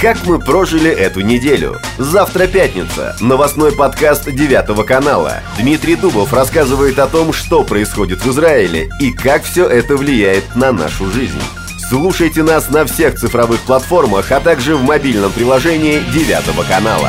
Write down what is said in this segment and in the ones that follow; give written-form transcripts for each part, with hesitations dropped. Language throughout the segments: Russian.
как мы прожили эту неделю. Завтра пятница. Новостной подкаст 9 канала. Дмитрий Дубов рассказывает о том, что происходит в Израиле и как все это влияет на нашу жизнь. Слушайте нас на всех цифровых платформах, а также в мобильном приложении 9 канала.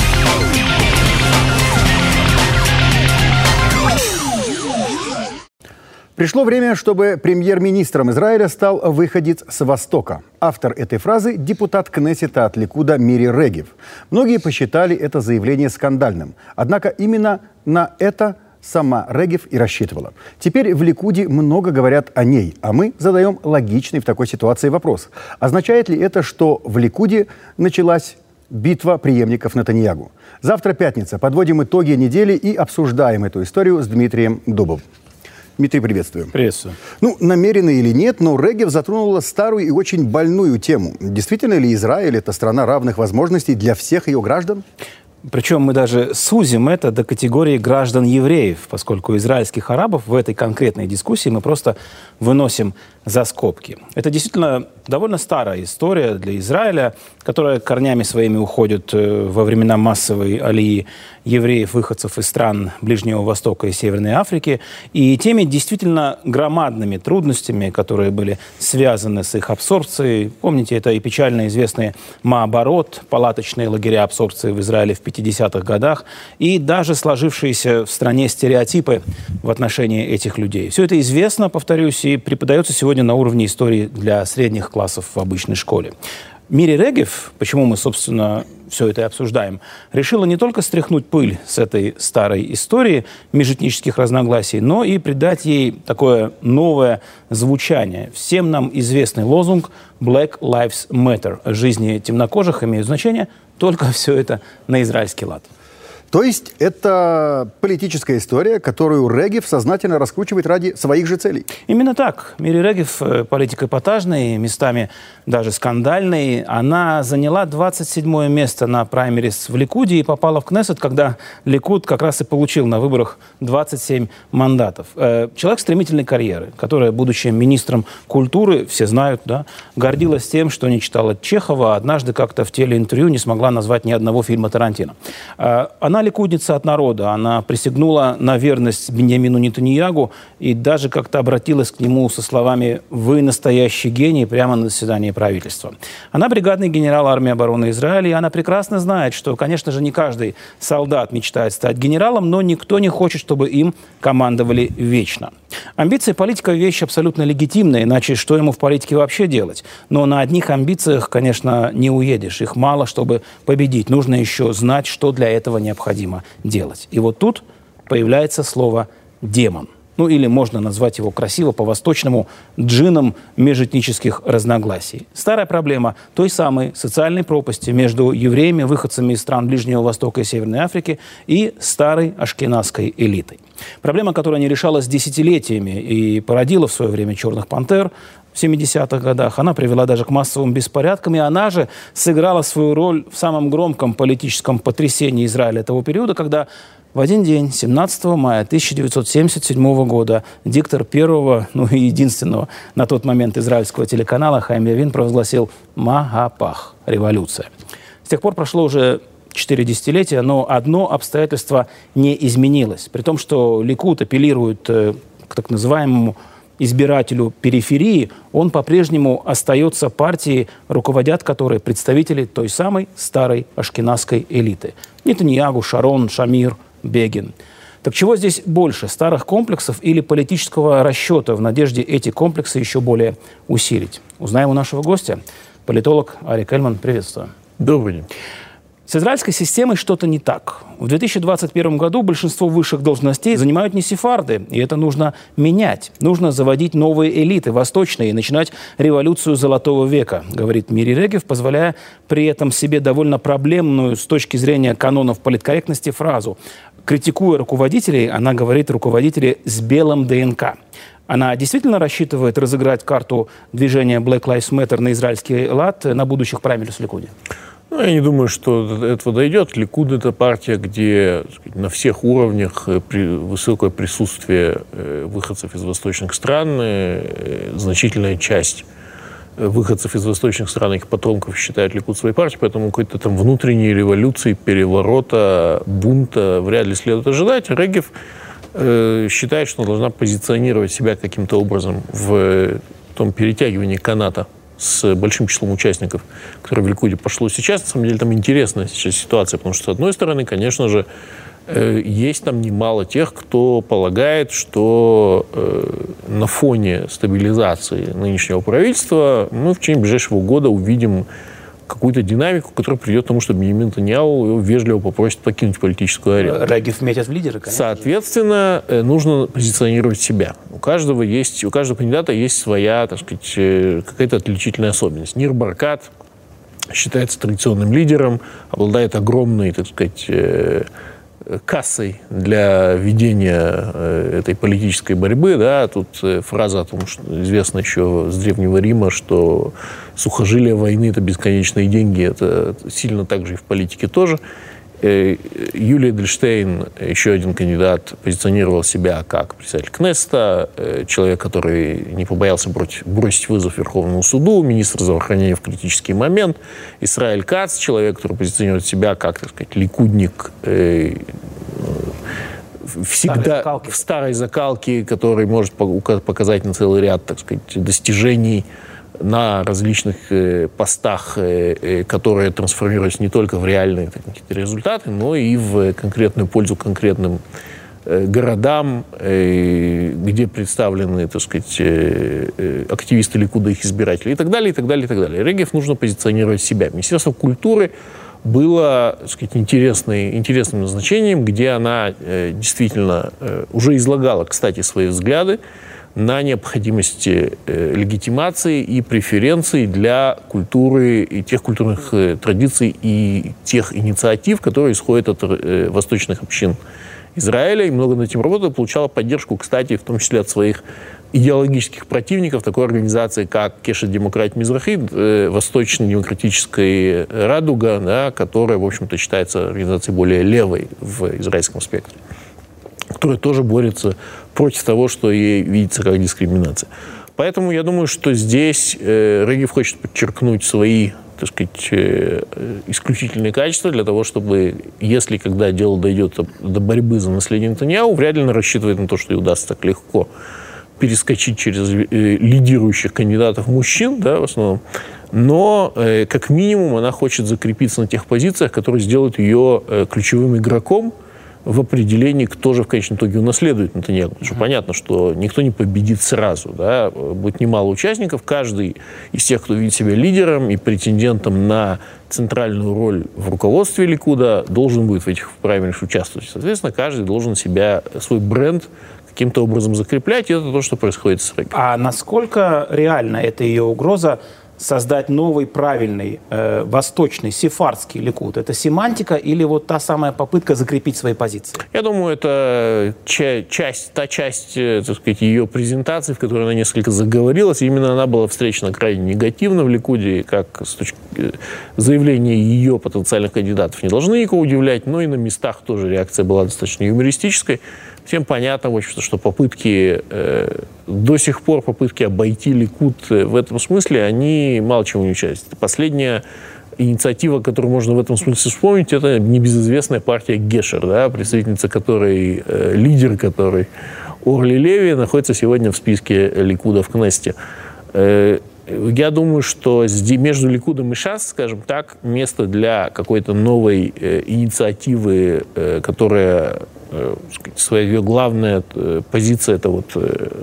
Пришло время, чтобы премьер-министром Израиля стал выходец с Востока. Автор этой фразы – депутат Кнессета от Ликуда Мири Регев. Многие посчитали это заявление скандальным. Однако именно на это сама Регев и рассчитывала. Теперь в Ликуде много говорят о ней, а мы задаем логичный в такой ситуации вопрос. Означает ли это, что в Ликуде началась битва преемников Нетаньягу? Завтра пятница. Подводим итоги недели и обсуждаем эту историю с Дмитрием Дубовым. Дмитрий, приветствую. Приветствую. Намеренно или нет, но Регев затронула старую и очень больную тему. Действительно ли Израиль – это страна равных возможностей для всех ее граждан? Причем мы даже сузим это до категории граждан-евреев, поскольку израильских арабов в этой конкретной дискуссии мы просто выносим за скобки. Это действительно довольно старая история для Израиля, которая корнями своими уходит во времена массовой алии евреев-выходцев из стран Ближнего Востока и Северной Африки, и теми действительно громадными трудностями, которые были связаны с их абсорбцией. Помните, это и печально известные Маабарот, палаточные лагеря абсорбции в Израиле в 50-х годах, и даже сложившиеся в стране стереотипы в отношении этих людей. Все это известно, повторюсь, и преподается сегодня на уровне истории для средних классов в обычной школе. Мири Регев, почему мы, собственно, все это и обсуждаем, решила не только стряхнуть пыль с этой старой истории межэтнических разногласий, но и придать ей такое новое звучание. Всем нам известный лозунг «Black Lives Matter». Жизни темнокожих имеют значение, только все это на израильский лад. То есть это политическая история, которую Регев сознательно раскручивает ради своих же целей? Именно так. Мири Регев, политик эпатажный, местами даже скандальный, она заняла 27-е место на праймерис в Ликуде и попала в Кнессет, когда Ликуд как раз и получил на выборах 27 мандатов. Человек стремительной карьеры, которая, будучи министром культуры, все знают, да, гордилась тем, что не читала Чехова, однажды как-то в телеинтервью не смогла назвать ни одного фильма Тарантино. Она ликудница от народа, она присягнула на верность Биньямину Нетаньягу и даже как-то обратилась к нему со словами «Вы настоящий гений» прямо на заседании правительства. Она бригадный генерал армии обороны Израиля, и она прекрасно знает, что, конечно же, не каждый солдат мечтает стать генералом, но никто не хочет, чтобы им командовали вечно. Амбиции политика – вещь абсолютно легитимная, иначе что ему в политике вообще делать? Но на одних амбициях, конечно, не уедешь. Их мало, чтобы победить. Нужно еще знать, что для этого необходимо делать. И вот тут появляется слово «демон». Или можно назвать его красиво по-восточному джином межэтнических разногласий. Старая проблема той самой социальной пропасти между евреями, выходцами из стран Ближнего Востока и Северной Африки и старой ашкеназской элитой. Проблема, которая не решалась десятилетиями и породила в свое время «Черных пантер», в 70-х годах. Она привела даже к массовым беспорядкам, и она же сыграла свою роль в самом громком политическом потрясении Израиля того периода, когда в один день, 17 мая 1977 года, диктор первого, и единственного на тот момент израильского телеканала Хаим Явин провозгласил «Магапах» – революция. С тех пор прошло уже 4 десятилетия, но одно обстоятельство не изменилось. При том, что Ликуд апеллирует к так называемому избирателю периферии, он по-прежнему остается партией, руководят которой представители той самой старой ашкеназской элиты. Нетаньягу, Шарон, Шамир, Бегин. Так чего здесь больше, старых комплексов или политического расчета в надежде эти комплексы еще более усилить? Узнаем у нашего гостя. Политолог Арик Эльман, приветствую. Добрый день. С израильской системой что-то не так. В 2021 году большинство высших должностей занимают не сефарды, и это нужно менять. Нужно заводить новые элиты, восточные, и начинать революцию Золотого века, говорит Мири Регев, позволяя при этом себе довольно проблемную с точки зрения канонов политкорректности фразу. Критикуя руководителей, она говорит руководители с белым ДНК. Она действительно рассчитывает разыграть карту движения Black Lives Matter на израильский лад на будущих праймерис в Ликуде? Я не думаю, что до этого дойдет. Ликуд – это партия, где, так сказать, на всех уровнях высокое присутствие выходцев из восточных стран, значительная часть выходцев из восточных стран, их потомков считают Ликуд своей партией, поэтому какой-то там внутренней революции, переворота, бунта вряд ли следует ожидать. Регев считает, что она должна позиционировать себя каким-то образом в том перетягивании каната с большим числом участников, которые в Ликуде пошло сейчас. На самом деле там интересная сейчас ситуация, потому что, с одной стороны, конечно же, есть там немало тех, кто полагает, что на фоне стабилизации нынешнего правительства мы в течение ближайшего года увидим какую-то динамику, которая приведет к тому, что Биньямин Нетаньяху его вежливо попросит покинуть политическую арену. Регев метят в лидеры, конечно. Соответственно, нужно позиционировать себя. У каждого кандидата есть своя, так сказать, какая-то отличительная особенность. Нир Баркат считается традиционным лидером, обладает огромной, так сказать, кассой для ведения этой политической борьбы. Да. Тут фраза о том, что известно еще с Древнего Рима, что сухожилие войны — это бесконечные деньги. Это сильно так же и в политике тоже. Юлия Эдельштейн, еще один кандидат, позиционировал себя как председатель Кнессета, человек, который не побоялся бросить вызов Верховному суду, министр здравоохранения в критический момент. Исраэль Кац, человек, который позиционирует себя как, так сказать, ликудник, всегда в старой закалке, который может показать на целый ряд, так сказать, достижений на различных постах, которые трансформируются не только в реальные какие-то результаты, но и в конкретную пользу конкретным городам, где представлены, так сказать, активисты Ликуда, их избиратели, и так далее, и так далее, и так далее. Регев нужно позиционировать себя. Министерство культуры было, так сказать, интересным назначением, где она действительно уже излагала, кстати, свои взгляды на необходимость легитимации и преференций для культуры и тех культурных традиций и тех инициатив, которые исходят от восточных общин Израиля. И много над этим работала, получала поддержку, кстати, в том числе от своих идеологических противников, такой организации, как Кешет Демократ Мизрахи, Восточно-демократическая радуга, да, которая, в общем-то, считается организацией более левой в израильском спектре, которая тоже борется против того, что ей видится как дискриминация. Поэтому я думаю, что здесь Регев хочет подчеркнуть свои, так сказать, исключительные качества для того, чтобы, если когда дело дойдет до борьбы за наследие Нетаньяху, вряд ли она рассчитывает на то, что ей удастся так легко перескочить через лидирующих кандидатов мужчин, да, в основном. Но, как минимум, она хочет закрепиться на тех позициях, которые сделают ее ключевым игроком в определении, кто же в конечном итоге унаследует Нетаньяху. Потому что понятно, что никто не победит сразу. Да? Будет немало участников. Каждый из тех, кто видит себя лидером и претендентом на центральную роль в руководстве Ликуда, должен будет в этих праймерис участвовать. Соответственно, каждый должен свой бренд каким-то образом закреплять. И это то, что происходит с Регев. А насколько реально эта ее угроза создать новый, правильный, восточный, сефардский Ликуд? Это семантика или вот та самая попытка закрепить свои позиции? Я думаю, это та часть, так сказать, ее презентации, в которой она несколько заговорилась. Именно она была встречена крайне негативно в Ликуде, как заявления ее потенциальных кандидатов не должны никого удивлять, но и на местах тоже реакция была достаточно юмористической. Всем понятно, в общем-то, что до сих пор попытки обойти Ликуд в этом смысле, они мало чему не участвуют. Последняя инициатива, которую можно в этом смысле вспомнить, это небезызвестная партия Гешер, да, представительница которой, лидер которой Орли Леви находится сегодня в списке Ликуда в Кнессете. Я думаю, что между Ликудом и ШАС, скажем так, место для какой-то новой инициативы, которая, своя главная позиция, это вот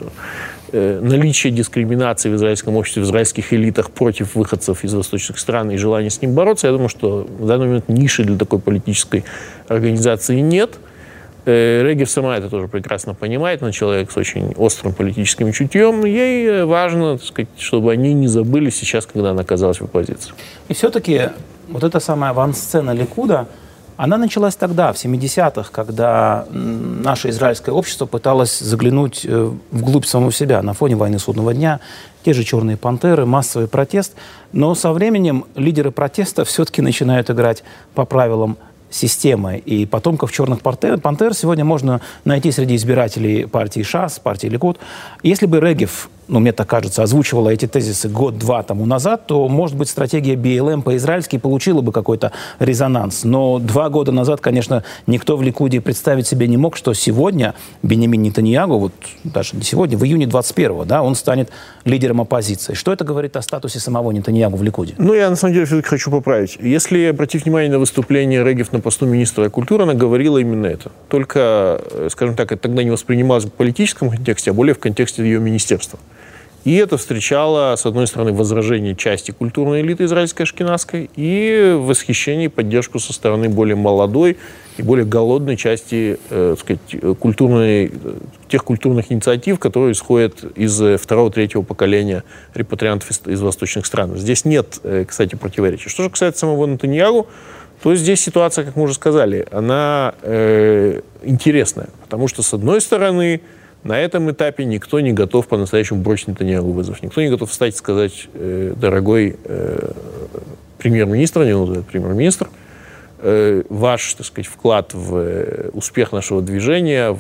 наличие дискриминации в израильском обществе, в израильских элитах против выходцев из восточных стран и желание с ним бороться. Я думаю, что в данный момент ниши для такой политической организации нет. Регев сама это тоже прекрасно понимает, она человек с очень острым политическим чутьем. Ей важно, так сказать, чтобы они не забыли сейчас, когда она оказалась в оппозиции. И все-таки вот эта самая авансцена Ликуда, она началась тогда, в 70-х, когда наше израильское общество пыталось заглянуть вглубь самого себя на фоне войны Судного дня, те же «Черные пантеры», массовый протест. Но со временем лидеры протеста все-таки начинают играть по правилам системы. И потомков «Черных пантер» сегодня можно найти среди избирателей партии ШАС, партии Ликуд. Если бы Регев мне так кажется, озвучивала эти тезисы год-два тому назад, то, может быть, стратегия БЛМ по-израильски получила бы какой-то резонанс. Но 2 года назад, конечно, никто в Ликуде представить себе не мог, что сегодня Биньямин Нетаньяху, вот даже не сегодня, в июне 21-го, да, он станет лидером оппозиции. Что это говорит о статусе самого Нетаньяху в Ликуде? Я на самом деле все-таки хочу поправить. Если обратить внимание на выступление Регев на посту министра культуры, она говорила именно это. Только, скажем так, это тогда не воспринималось в политическом контексте, а более в контексте ее министерства. И это встречало, с одной стороны, возражение части культурной элиты израильской ашкеназской и восхищение и поддержку со стороны более молодой и более голодной части, тех культурных инициатив, которые исходят из 2-3 поколения репатриантов из восточных стран. Здесь нет, кстати, противоречий. Что же касается самого Нетаньяху, то здесь ситуация, как мы уже сказали, она интересная. Потому что, с одной стороны, на этом этапе никто не готов по-настоящему бросить Нетаньяху вызов. Никто не готов встать и сказать: дорогой премьер-министр, не называют премьер-министр, ваш, так сказать, вклад в успех нашего движения,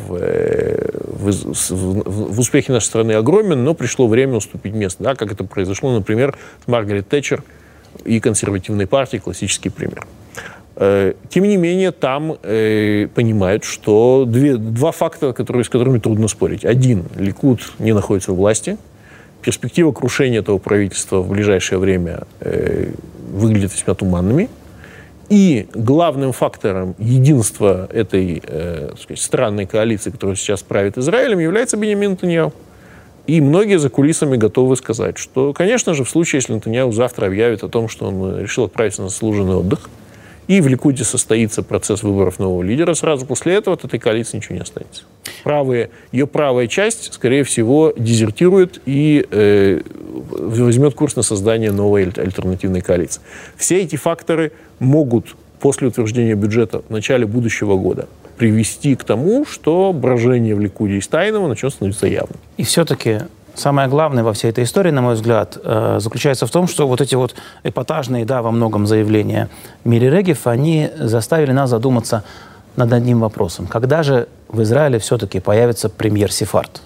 в успехе нашей страны огромен, но пришло время уступить место. Да, как это произошло, например, с Маргарет Тэтчер и консервативной партией, классический пример. Тем не менее, там понимают, что два фактора, с которыми трудно спорить. Один, Ликуд не находится у власти. Перспектива крушения этого правительства в ближайшее время выглядит весьма туманными. И главным фактором единства этой странной коалиции, которая сейчас правит Израилем, является Биньямин Нетаньяху. И многие за кулисами готовы сказать, что, конечно же, в случае, если Нетаньяху завтра объявит о том, что он решил отправиться на заслуженный отдых, и в Ликуде состоится процесс выборов нового лидера, сразу после этого от этой коалиции ничего не останется. Ее правая часть, скорее всего, дезертирует и возьмет курс на создание новой альтернативной коалиции. Все эти факторы могут после утверждения бюджета в начале будущего года привести к тому, что брожение в Ликуде из тайного начнет становиться явным. И все-таки самое главное во всей этой истории, на мой взгляд, заключается в том, что вот эти вот эпатажные, да, во многом заявления Мири Регев, они заставили нас задуматься над одним вопросом. Когда же в Израиле все-таки появится премьер Сефард?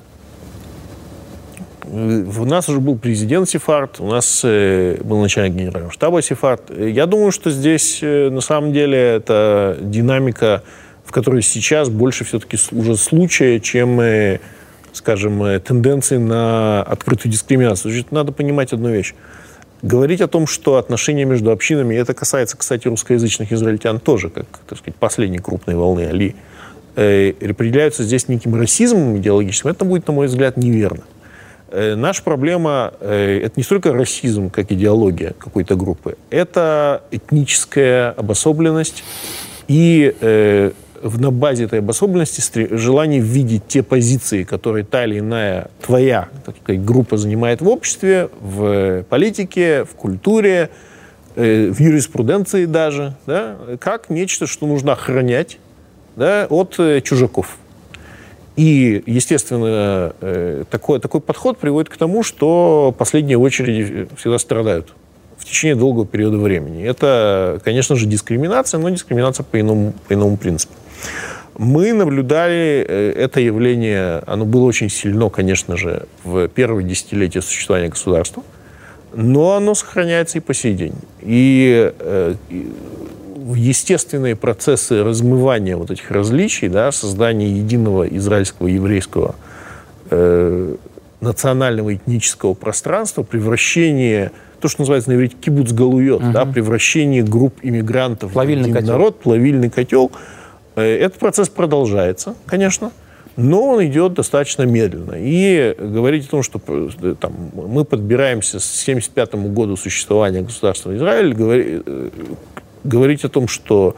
У нас уже был президент Сефард, у нас был начальник генерального штаба Сефард. Я думаю, что здесь на самом деле это динамика, в которой сейчас больше все-таки уже случая, чем, скажем, тенденции на открытую дискриминацию. Значит, надо понимать одну вещь. Говорить о том, что отношения между общинами, и это касается, кстати, русскоязычных израильтян тоже, как, так сказать, последней крупной волны Али, определяются здесь неким расизмом идеологическим, это будет, на мой взгляд, неверно. Наша проблема – это не столько расизм, как идеология какой-то группы, это этническая обособленность и на базе этой обособленности желание видеть те позиции, которые та или иная твоя, так сказать, группа занимает в обществе, в политике, в культуре, в юриспруденции даже, да, как нечто, что нужно охранять, да, от чужаков. И, естественно, такой подход приводит к тому, что последние очереди всегда страдают в течение долгого периода времени. Это, конечно же, дискриминация, но дискриминация по иному принципу. Мы наблюдали это явление, оно было очень сильно, конечно же, в первые десятилетия существования государства, но оно сохраняется и по сей день. И естественные процессы размывания вот этих различий, да, создания единого израильского еврейского национального этнического пространства, превращение, то, что называется на иврите кибуц галуйот, да, превращение групп иммигрантов в один народ, плавильный котел, этот процесс продолжается, конечно, но он идет достаточно медленно. И говорить о том, что там, мы подбираемся с 1975 году существования государства Израиль, говорить о том, что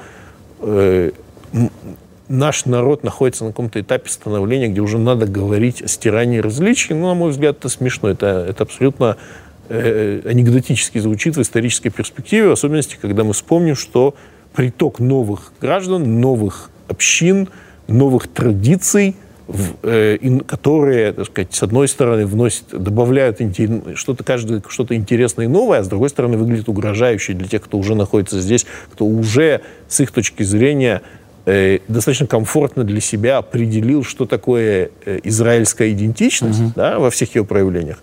наш народ находится на каком-то этапе становления, где уже надо говорить о стирании различий, на мой взгляд, это смешно. Это абсолютно анекдотически звучит в исторической перспективе, в особенности, когда мы вспомним, что приток новых граждан, новых общин, новых традиций, которые, так сказать, с одной стороны добавляют что-то интересное и новое, а с другой стороны выглядит угрожающе для тех, кто уже находится здесь, кто уже с их точки зрения достаточно комфортно для себя определил, что такое израильская идентичность, да, во всех ее проявлениях.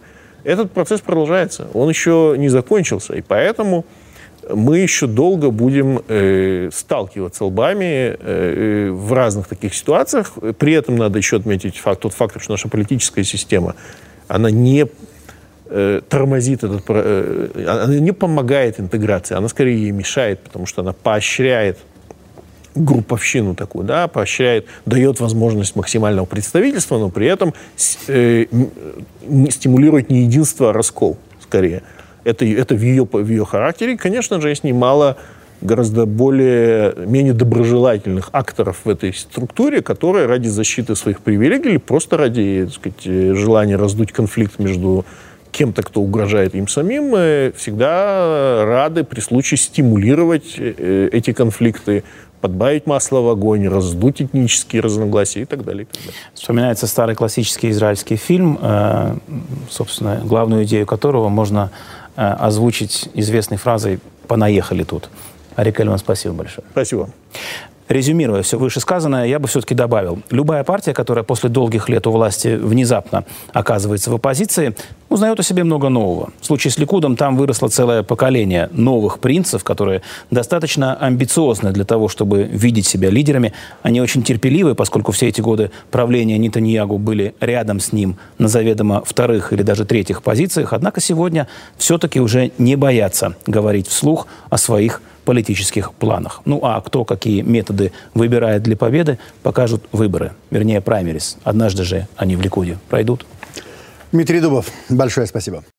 Этот процесс продолжается, он еще не закончился, и поэтому мы еще долго будем сталкиваться лбами в разных таких ситуациях. При этом надо еще отметить тот факт, что наша политическая система, она не тормозит она не помогает интеграции, она скорее ей мешает, потому что она поощряет групповщину такую, да, поощряет, дает возможность максимального представительства, но при этом стимулирует не единство, а раскол, скорее. Это в ее характере. Конечно же, есть немало гораздо менее доброжелательных акторов в этой структуре, которые ради защиты своих привилегий или просто ради, так сказать, желания раздуть конфликт между кем-то, кто угрожает им самим, всегда рады при случае стимулировать эти конфликты, подбавить масло в огонь, раздуть этнические разногласия и так далее. И так далее. Вспоминается старый классический израильский фильм, собственно, главную идею которого можно озвучить известной фразой «понаехали тут». Арик Эльман, спасибо большое. Спасибо. Резюмируя все вышесказанное, я бы все-таки добавил. Любая партия, которая после долгих лет у власти внезапно оказывается в оппозиции, узнает о себе много нового. В случае с Ликудом там выросло целое поколение новых принцев, которые достаточно амбициозны для того, чтобы видеть себя лидерами. Они очень терпеливы, поскольку все эти годы правления Нетаньяху были рядом с ним на заведомо вторых или даже третьих позициях. Однако сегодня все-таки уже не боятся говорить вслух о своих политических планах. Ну а кто какие методы выбирает для победы, покажут выборы. Вернее, праймерис. Однажды же они в Ликуде пройдут. Дмитрий Дубов, большое спасибо.